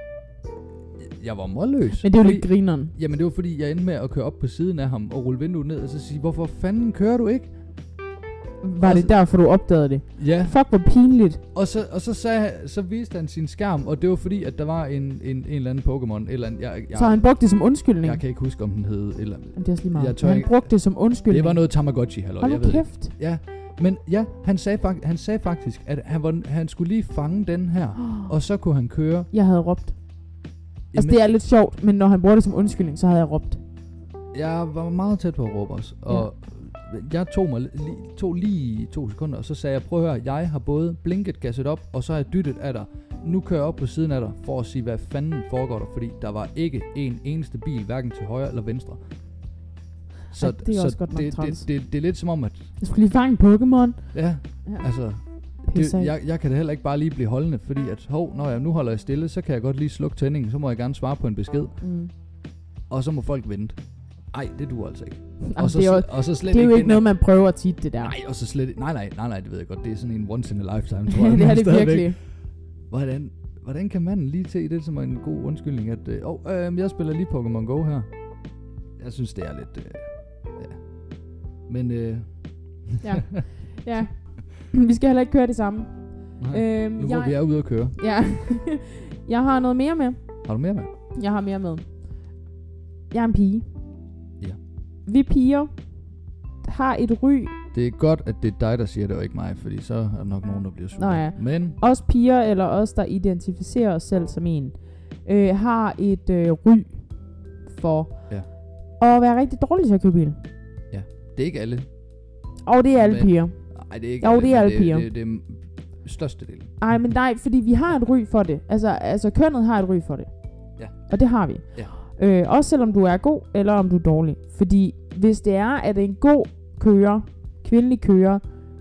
jeg var målløs. Men det er jo fordi- lidt grineren. Jamen det var fordi, jeg endte med at køre op på siden af ham og rulle vinduet ned, og så sige, hvorfor fanden kører du ikke? Var Altså- det derfor, du opdagede det? Ja. Fuck, hvor pinligt. Og så, og så, sagde, så viste han sin skærm, og det var fordi, at der var en, en, en eller anden Pokémon. Eller en, jeg, jeg, Så han brugte det som undskyldning. jeg kan ikke huske, om den hed. Eller, Jamen, det er også lige meget. Jeg tør Han ikke- brugte det som undskyldning. det var noget Tamagotchi, halløj, Hold jeg nu ved ikke. kæft. Ja, men ja, han sagde, fakt, han sagde faktisk, at han, var, han skulle lige fange den her, og så kunne han køre. Jeg havde råbt. Altså, Jamen, det er lidt sjovt, men når han bruger det som undskyldning, så havde jeg råbt. Jeg var meget tæt på at råbe os, og jeg tog, mig li, tog lige to sekunder, og så sagde jeg, prøv at høre, jeg har både blinket, gasset op, og så har jeg dyttet af dig. Nu kører jeg op på siden af dig, for at sige, hvad fanden foregår der, fordi der var ikke en eneste bil, hverken til højre eller venstre. Så, Ja, det er så også godt nok det, træls. det, det, det er lidt som om, at Jeg skulle lige fange en Pokémon. ja, Ja. altså, Pisse det, af. jeg, jeg kan da heller ikke bare lige blive holdende, fordi at, hov, når jeg nu holder jeg stille, så kan jeg godt lige slukke tændingen, så må jeg gerne svare på en besked, Mm. og så må folk vente. Ej, det duer altså ikke. Jamen, Og så, det er jo, og så slet det er jo ikke ikke noget, man prøver tit, det der. Nej, og så slet nej, nej, nej, nej, det ved jeg godt. Det er sådan en once in a lifetime, tror Ja, jeg. det er men det stadigvæk. virkelig. Hvordan, hvordan kan manden lige se det som en god undskyldning, at øh, oh, øh, jeg spiller lige Pokémon Go her. Jeg synes, det er lidt, øh, ja. Men, øh, Ja. ja. Vi skal heller ikke køre det samme. nej, Øhm, nu hvor jeg, vi er ude at køre. ja. Jeg har noget mere med. Har du mere med? Jeg har mere med. Jeg er en pige. Ja. Vi piger har et ry. Det er godt, at det er dig, der siger det, og ikke mig, fordi så er der nok nogen, der bliver sure. Nå ja. Men, Os piger, eller os, der identificerer os selv som en, øh, har et øh, ry for Ja. at være rigtig dårlig til at køre bil. det er ikke alle. Og det er alle Men- piger. Nej, det er ikke Jo, alle. det er men alle piger. Det, det, det er største del. Ej, men nej, fordi vi har et ry for det. Altså, altså kønnet har et ry for det. Ja. Og det har vi. Ja. Øh, også selvom du er god, eller om du er dårlig. Fordi hvis det er, at en god kører, kvindelig kører,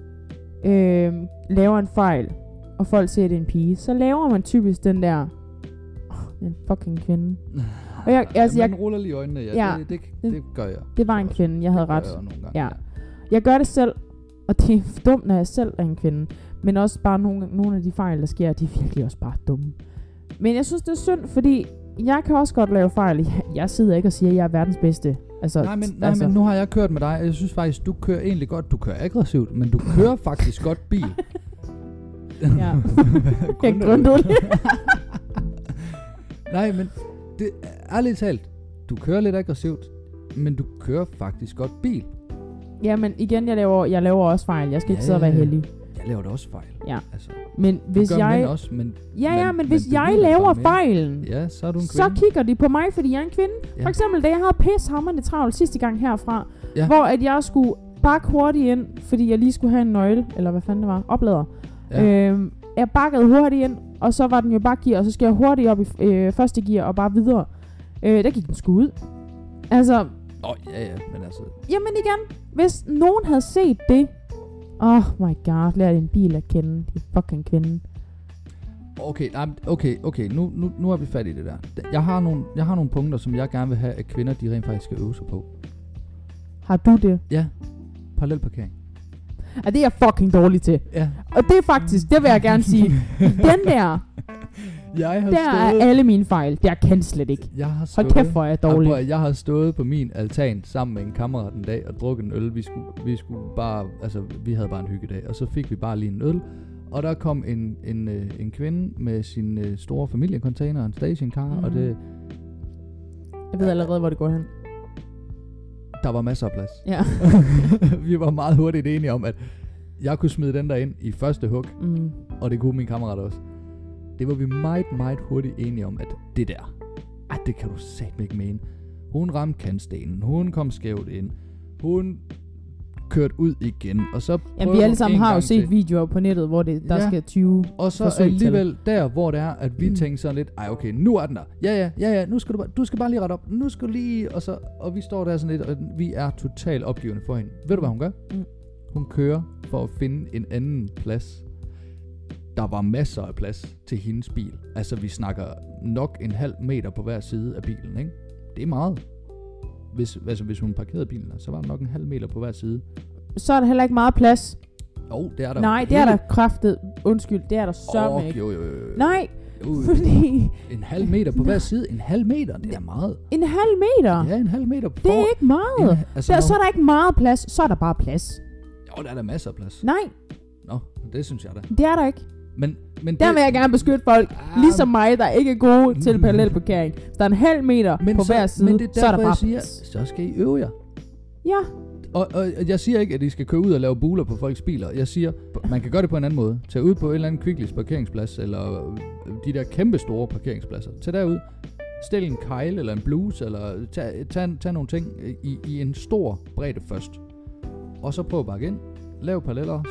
øh, laver en fejl, og folk siger, at det er en pige, så laver man typisk den der, oh, en fucking kvinde. Og jeg, altså, ja, man jeg, ruller lige øjnene, ja. Ja. Det, det, det gør jeg. det var en også. kvinde, jeg havde Det gør ret. jeg nogle gange, Ja. Jeg gør det selv, og det er dumt, når jeg selv er en kvinde. Men også bare nogle, nogle af de fejl, der sker, de er virkelig også bare dumme. Men jeg synes, det er synd, fordi jeg kan også godt lave fejl. Jeg, jeg sidder ikke og siger, at jeg er verdens bedste. Altså, Nej, men, nej, altså, men nu har jeg kørt med dig, og jeg synes faktisk, du kører egentlig godt. Du kører aggressivt, men du kører faktisk godt bil. Ja. Jeg grundede det. Nej, men det er ærligt talt. Du kører lidt aggressivt, men du kører faktisk godt bil. Ja, men igen, jeg laver, jeg laver også fejl. Jeg skal ikke Ja, sidde og være ja, ja. heldig. Jeg laver da også fejl. Ja. Altså, Men hvis det gør jeg... mænd også, men... Ja, ja, men, men hvis det jeg lyder laver bare mere. fejlen, Ja, så er du en så kvinde. kigger de på mig, fordi jeg er en kvinde. Ja. For eksempel, da jeg havde pishamrende travlt sidste gang herfra, Ja. hvor at jeg skulle bakke hurtigt ind, fordi jeg lige skulle have en nøgle, eller hvad fanden det var, oplader. Ja. Øhm, jeg bakkede hurtigt ind, og så var den jo bare gear, og så skal jeg hurtigt op i øh, første gear og bare videre. Øh, der gik den sgu ud. Altså, Åh, ja, ja, men altså... jamen igen, hvis nogen havde set det, oh my god, lær din bil at kende, din fucking kvinde. Okay, nej, okay, okay, nu, nu, nu er vi fat i det der. Jeg har, nogle, jeg har nogle punkter, som jeg gerne vil have, at kvinder, de rent faktisk skal øve sig på. Har du det? Ja, parallelparkering. Ja, det er jeg fucking dårlig til. Ja. Og det er faktisk, det vil jeg gerne sige, den der, Jeg har der stået... er alle mine fejl. Det er kan slet ikke. Jeg har stået... Hold kæft, hvor er jeg dårlig. Jeg, jeg har stået på min altan sammen med en kammerat en dag og drukket en øl. Vi skulle, vi skulle bare... Altså, vi havde bare en hyggedag. Og så fik vi bare lige en øl. Og der kom en, en, en, en kvinde med sin uh, store familiecontainer, en stationcar, mm. og det... Jeg ved allerede, hvor det går hen. Der var masser af plads. Ja. Vi var meget hurtigt enige om, at jeg kunne smide den der ind i første hug, Mm. og det kunne min kammerat også. Det var vi meget, meget hurtigt enige om, at det der, at det kan du satme ikke mene. Hun ramte kantstenen, hun kom skævt ind, hun kørte ud igen, og så Jamen, vi alle sammen har jo set til. videoer på nettet, hvor det, der Ja. skal tyve Og så forsøg til. alligevel der, hvor det er, at vi Mm. tænker sådan lidt, ej okay, nu er den der. Ja, ja, ja, ja, nu skal du bare, du skal bare lige rette op. Nu skal du lige, og så, og vi står der sådan lidt, og vi er totalt opgivende for hende. Ved du, hvad hun gør? Mm. Hun kører for at finde en anden plads. Der var masser af plads til hendes bil. Altså, vi snakker nok en halv meter på hver side af bilen, ikke? Det er meget. Hvis, altså, hvis hun parkerede bilen, så var der nok en halv meter på hver side. Så er der heller ikke meget plads. Jo, det er der. Nej, det er der kraftet. Undskyld, det er der sørme oh, ikke. jo, jo, jo, jo. Nej, Jo, fordi en halv meter på hver side. En halv meter, det er meget. en halv meter, Ja, en halv meter. det er ikke meget. En, altså, Der, når, så er der ikke meget plads, så er der bare plads. jo, der er der masser af plads. Nej, Nå, det synes jeg da. det er der ikke. Men, men Der det, vil jeg gerne beskytte folk, Ah. ligesom mig, der ikke er gode til parallelparkering. Hvis der er en halv meter men på så, hver side, men det er så er der derfor, bare jeg siger, plads. så skal I øve jer. Ja, Og, og jeg siger ikke, at I skal køre ud og lave buler på folks biler. Jeg siger, man kan gøre det på en anden måde. Tag ud på en eller anden Kvickly's parkeringsplads, eller de der kæmpe store parkeringspladser. Tag derud, stil en kejle eller en bluse, eller tag, tag, tag nogle ting i, i en stor bredde først. Og så prøv at bakke ind, lav parallellers,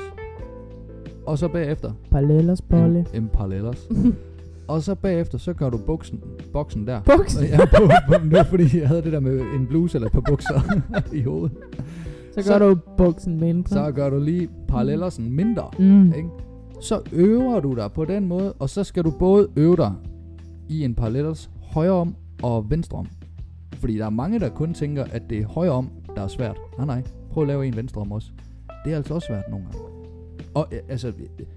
og så bagefter parallellers bolle. en, en parallellers. Og så bagefter, så gør du buksen, boksen der. Buksen? Ja, på, på, det var fordi, jeg havde det der med en bluse eller et par bukser i hovedet. Så gør Så- du buksen mindre. Så gør du lige parallellersen mindre. Mm. Ikke? Så øver du dig på den måde, og så skal du både øve dig i en parallellers højre om og venstre om. Fordi der er mange, der kun tænker, at det er højre om, der er svært. Nej, nej. Prøv at lave en venstre om også. Det er altså også svært nogle gange. Og øh, altså,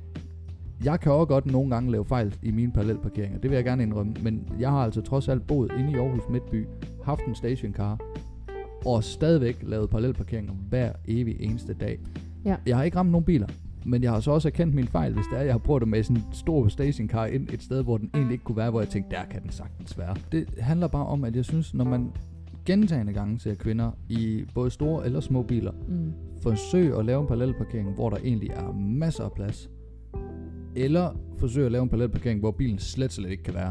jeg kan også godt nogle gange lave fejl i mine parallelparkeringer. Det vil jeg gerne indrømme. Men jeg har altså trods alt boet inde i Aarhus Midtby, haft en stationcar, og stadigvæk lavet parallelparkeringer hver evig eneste dag. Ja. Jeg har ikke ramt nogen biler, men jeg har så også erkendt min fejl, hvis det er, jeg har prøvet at med sådan en stor stationcar ind et sted, hvor den egentlig ikke kunne være, hvor jeg tænkte, der kan den sagtens være. Det handler bare om, at jeg synes, når man gentagne gange ser kvinder i både store eller små biler, Mm. forsøg at lave en parallelparkering, hvor der egentlig er masser af plads, eller forsøg at lave en parallelparkering, hvor bilen slet slet ikke kan være.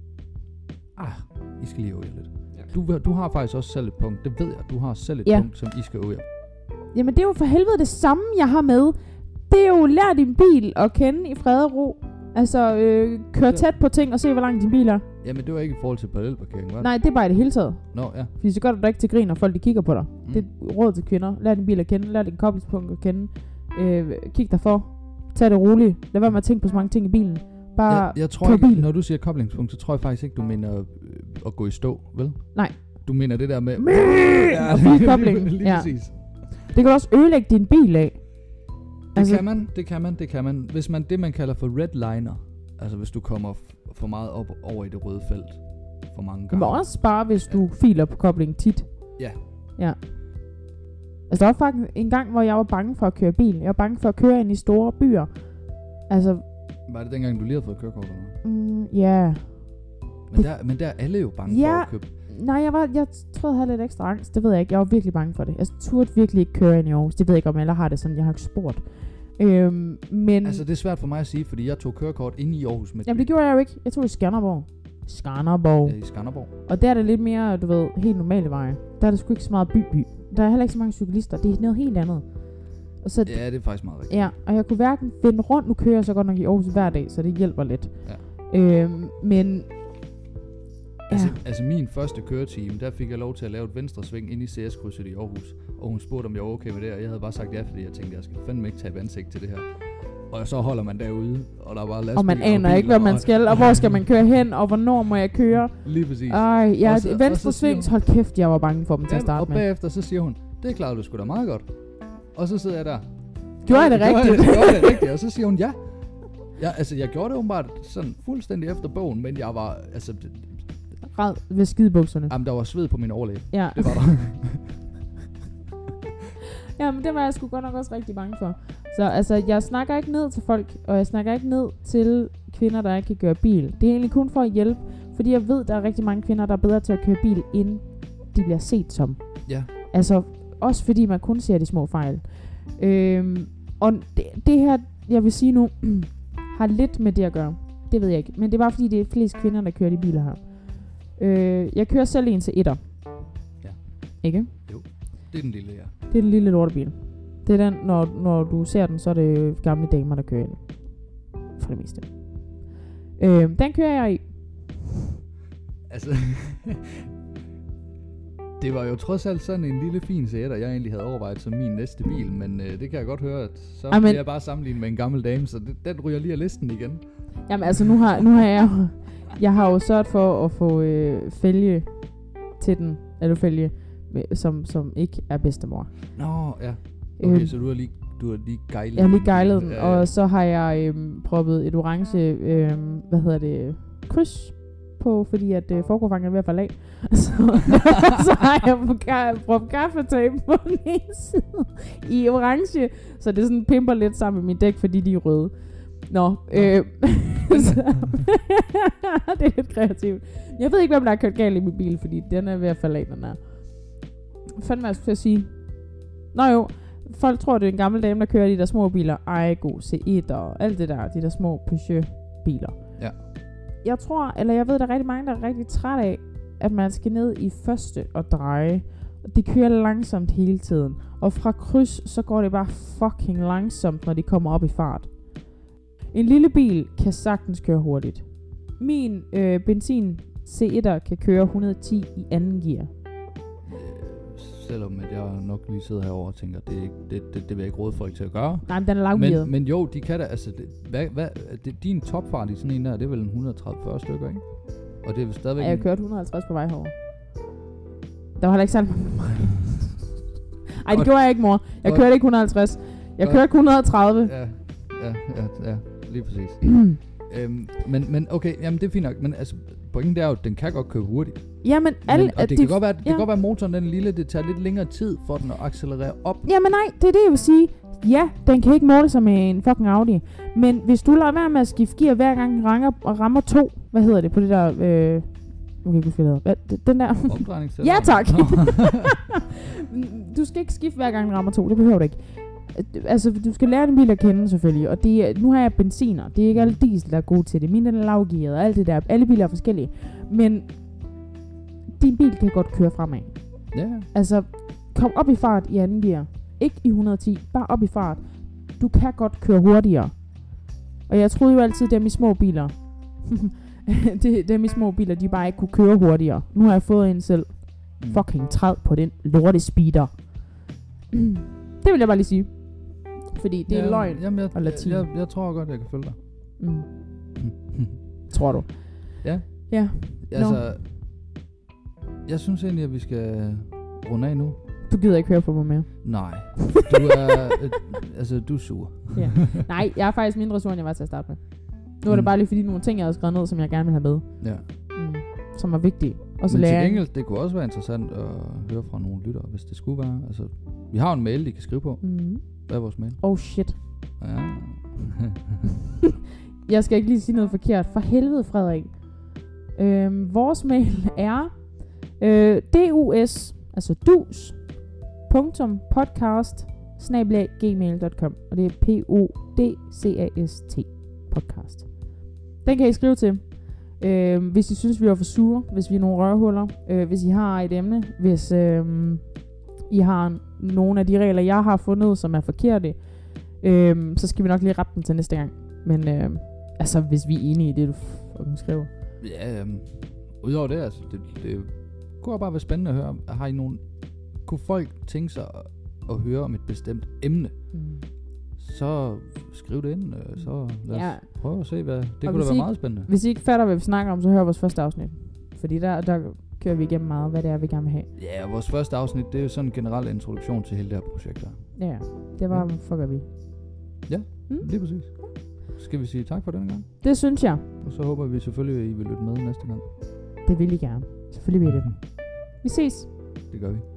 Ah, I skal lige øve jer lidt. Du, du har faktisk også selv et punkt, det ved jeg, du har selv et Ja. punkt, som I skal øve jer. Jamen, det er jo for helvede det samme, jeg har med. Det er jo, lær din bil at kende i fred og ro. Altså, øh, kør Ja. tæt på ting og se, hvor lang din bil er. Jamen, det var ikke i forhold til parallelparkering, var det? Nej, det er bare i det hele taget. Nå, ja. Fordi så gør du da ikke til grin, når folk de kigger på dig. Mm. Mm. Det er råd til kvinder. Lær din bil at kende. Lær din koblingspunkt at kende. Øh, kig dig for. Tag det roligt. Lad være med at tænke på så mange ting i bilen. Bare Jeg, jeg tror kør ikke, bil. når du siger koblingspunkt, så tror jeg faktisk ikke, du mener øh, at gå i stå, vel? Nej. Du mener det der med... Og fri kobling. lige Ja. præcis. Det kan du også ødelægge din bil af. Det Altså- kan man, det kan man, det kan man. Hvis man det, man kalder for redliner, altså hvis du kommer f- for meget op over i det røde felt for mange Du gange. må også spare, hvis du filer på koblingen tit. Ja. Ja. Altså, der var faktisk en gang, hvor jeg var bange for at køre bil. Jeg var bange for at køre ind i store byer. Altså, Var det dengang, du lige havde fået kørekort eller noget? mm, ja. Men der, men der er alle jo bange Ja. for at købe. nej, jeg, var, jeg tror, jeg havde lidt ekstra angst. Det ved jeg ikke. Jeg var virkelig bange for det. Jeg turde virkelig ikke køre ind i Aarhus. Det ved jeg ikke, om alle har det sådan. Jeg har ikke spurgt. Øhm, men... Altså, det er svært for mig at sige, fordi jeg tog kørekort inde i Aarhus. Med Jamen, det gjorde jeg jo ikke. Jeg tog i Skanderborg. Skanderborg. Ja, i Skanderborg. Og der er det lidt mere, du ved, helt normale veje. Der er det sgu ikke så meget by-by. Der er heller ikke så mange cyklister. Det er noget helt andet. Og så, ja, det er faktisk meget rigtigt. Ja, og jeg kunne hverken finde rundt. Nu kører jeg så godt nok i Aarhus hver dag, så det hjælper lidt. Ja. Øhm, men... Altså, ja. altså min første køretime, der fik jeg lov til at lave et venstre sving ind i C S-krydset i Aarhus. Og hun spurgte, om jeg var okay med det, og jeg havde bare sagt ja, fordi jeg tænkte, jeg skal fandme ikke tabe ansigt til det her. Og så holder man derude, og der er bare lastbiler. Og man aner og ikke, hvad man skal, og hvor skal man køre hen, og hvornår må jeg køre. Lige præcis. Ej, ja, så, venstre sving, hold kæft, jeg var bange for dem til ja, at starte og med. Og bagefter så siger hun, det er klart, du skulle da meget godt. Og så sidder jeg der. Gjorde jeg det gjorde rigtigt? Jeg, gjorde jeg det rigtigt? Og så siger hun ja. Ja, altså jeg gjorde det åbenbart sådan fuldstændig efter bogen, men jeg var, altså... Red ved skidebukserne. Jamen, der var sved på min overlæge. Ja. Det var der. Jamen, det var jeg sgu godt nok også rigtig bange for. Så altså, jeg snakker ikke ned til folk, og jeg snakker ikke ned til kvinder, der ikke kan køre bil. Det er egentlig kun for at hjælpe, fordi jeg ved, der er rigtig mange kvinder, der er bedre til at køre bil, end de bliver set som. Ja. Altså, også fordi man kun ser de små fejl. Øhm, og det, det her, jeg vil sige nu, har lidt med det at gøre. Det ved jeg ikke. Men det er bare fordi, det er flest kvinder, der kører de biler her. Øh, jeg kører selv en til etter. Ja. Ikke? Jo. Det er den lille, ja. Det er den lille lortebil. Det er den, når, når du ser den, så er det gamle damer, der kører ind. For det meste. Øh, den kører jeg i. Altså... det var jo trods alt sådan en lille fin Seatter, jeg egentlig havde overvejet som min næste bil, men øh, det kan jeg godt høre, at så Amen. bliver jeg bare sammenlignet med en gammel dame, så det, den ryger lige af listen igen. Jamen altså, nu har, nu har jeg jeg har jo sørget for at få øh, fælge til den, eller fælge, med, som, som ikke er bedstemor. Nå, ja. Okay, øhm, så du har lige, du har lige gejlet Jeg har lige gejlet den, ja, ja. Og så har jeg øhm, proppet et orange, øhm, hvad hedder det, kryds på, fordi at øh, forgårdfangen er ved at falde af. Så, så har jeg proppet kaffetape på den ene side i orange, så det sådan pimper lidt sammen med min dæk, fordi de er røde. Nå, øh, så, det er lidt kreativt. Jeg ved ikke, hvem der har kørt galt i min bil, fordi den er ved at falde af, den her. Fandme, jeg skulle sige. Nå jo, folk tror, det er en gammel dame, der kører de der små biler. Aygo, C et og alt det der, de der små Peugeot-biler. Ja. Jeg tror, eller jeg ved, der er rigtig mange, der er rigtig træt af, at man skal ned i første og dreje. Det kører langsomt hele tiden. Og fra kryds, så går det bare fucking langsomt, når de kommer op i fart. En lille bil kan sagtens køre hurtigt. Min øh, benzin C etter kan køre et hundrede og ti i anden gear. Selvom at jeg nok lige sidder herovre og tænker, det, det, det, det vil jeg ikke råde folk til at gøre. Nej, men den er lavgearet. Men, men jo, de kan da, altså, det, hvad, hvad, det, din topfart i sådan en der, det er vel en et hundrede og tredive til fyrre stykker, ikke? Og det er stadigvæk... Ja, jeg kørte et hundrede og halvtreds på vej herover. Der var heller ikke særlig mange. Ej, det gjorde jeg ikke, mor. Jeg kørte ikke et hundrede og halvtreds. Jeg kørte et hundrede og tredive. Ja, ja, ja, ja, lige præcis. øhm, men, men okay, jamen det er fint nok, men altså, pointen er jo, at den kan godt køre hurtigt. Jamen, alle... Men, og det, det kan godt være, det ja. kan godt være, at motoren den lille, det tager lidt længere tid for den at accelerere op. Jamen nej, det er det, jeg vil sige. Ja, den kan ikke måle sig med en fucking Audi. Men hvis du lader være med at skifte gear hver gang den rammer, og rammer to, hvad hedder det på det der... Øh, nu kan jeg ikke huske, hvad det hedder. Den der... Omdrejningstæller. Ja, tak! Du skal ikke skifte hver gang den rammer to, det behøver du ikke. Altså, du skal lære din bil at kende selvfølgelig, og det, nu har jeg benziner. Det er ikke alle diesel, der er gode til det. Min er lavgearet og alt det der. Alle biler er forskellige. Men din bil kan godt køre fremad. Ja. Yeah. Altså, kom op i fart i anden gear. Ikke i et hundrede og ti, bare op i fart. Du kan godt køre hurtigere. Og jeg troede jo altid, dem i små biler, det, dem i små biler, de bare ikke kunne køre hurtigere. Nu har jeg fået en selv. Mm. Fucking træd på den lorte speeder. Det vil jeg bare lige sige. Fordi det ja, er løgn jamen, jeg, og latin. Jeg, jeg, jeg tror godt, jeg kan følge dig. Mm. Tror du? Ja. Ja. Altså, no. Jeg synes egentlig, at vi skal runde af nu. Du gider ikke høre på mig mere. Nej. Du er, øh, altså, du er sur. Ja. Nej, jeg er faktisk mindre sur, end jeg var til at starte med. Nu er det mm. bare lige fordi nogle ting, jeg havde skrevet ned, som jeg gerne vil have med. Ja. Mm. Som er vigtige. Og så men til lærer gengæld, det kunne også være interessant at høre fra nogle lyttere, hvis det skulle være. Altså, vi har en mail, de kan skrive på. Mm. Hvad er vores mail? Oh shit. Ja. Jeg skal ikke lige sige noget forkert. For helvede, Frederik. Øhm, vores mail er Øh, dus, altså dus, punktum podcast, snabel-a gmail punktum com. Og det er P O D C A S T, podcast. Den kan I skrive til. Øh, hvis I synes, vi er for sure, hvis vi er nogle rørhuller, øh, hvis I har et emne, hvis øh, I har nogle af de regler, jeg har fundet, som er forkerte, øh, så skal vi nok lige rette dem til næste gang. Men øh, altså, hvis vi er enige i det, du fucking skriver. Ja, um, udover det, altså, det, det kunne bare være spændende at høre. Har I nogen, kunne folk tænke sig at, at høre om et bestemt emne? Mm. Så skriv det ind, så lad os ja. prøve at se, hvad det og kunne da være I, meget spændende. Hvis I ikke fatter, hvad vi snakker om, så hør vores første afsnit. Fordi der, der kører vi igennem meget, hvad det er, vi gerne vil have. Ja, vores første afsnit, det er jo sådan en generel introduktion til hele det her projekt her. Ja, det var, ja. fucker vi. Ja, mm? lige præcis. Skal vi sige tak for denne gang? Det synes jeg. Og så håber vi selvfølgelig, at I vil lytte med næste gang. Det vil I gerne. Selvfølgelig vil I det. Vi ses. Det gør vi.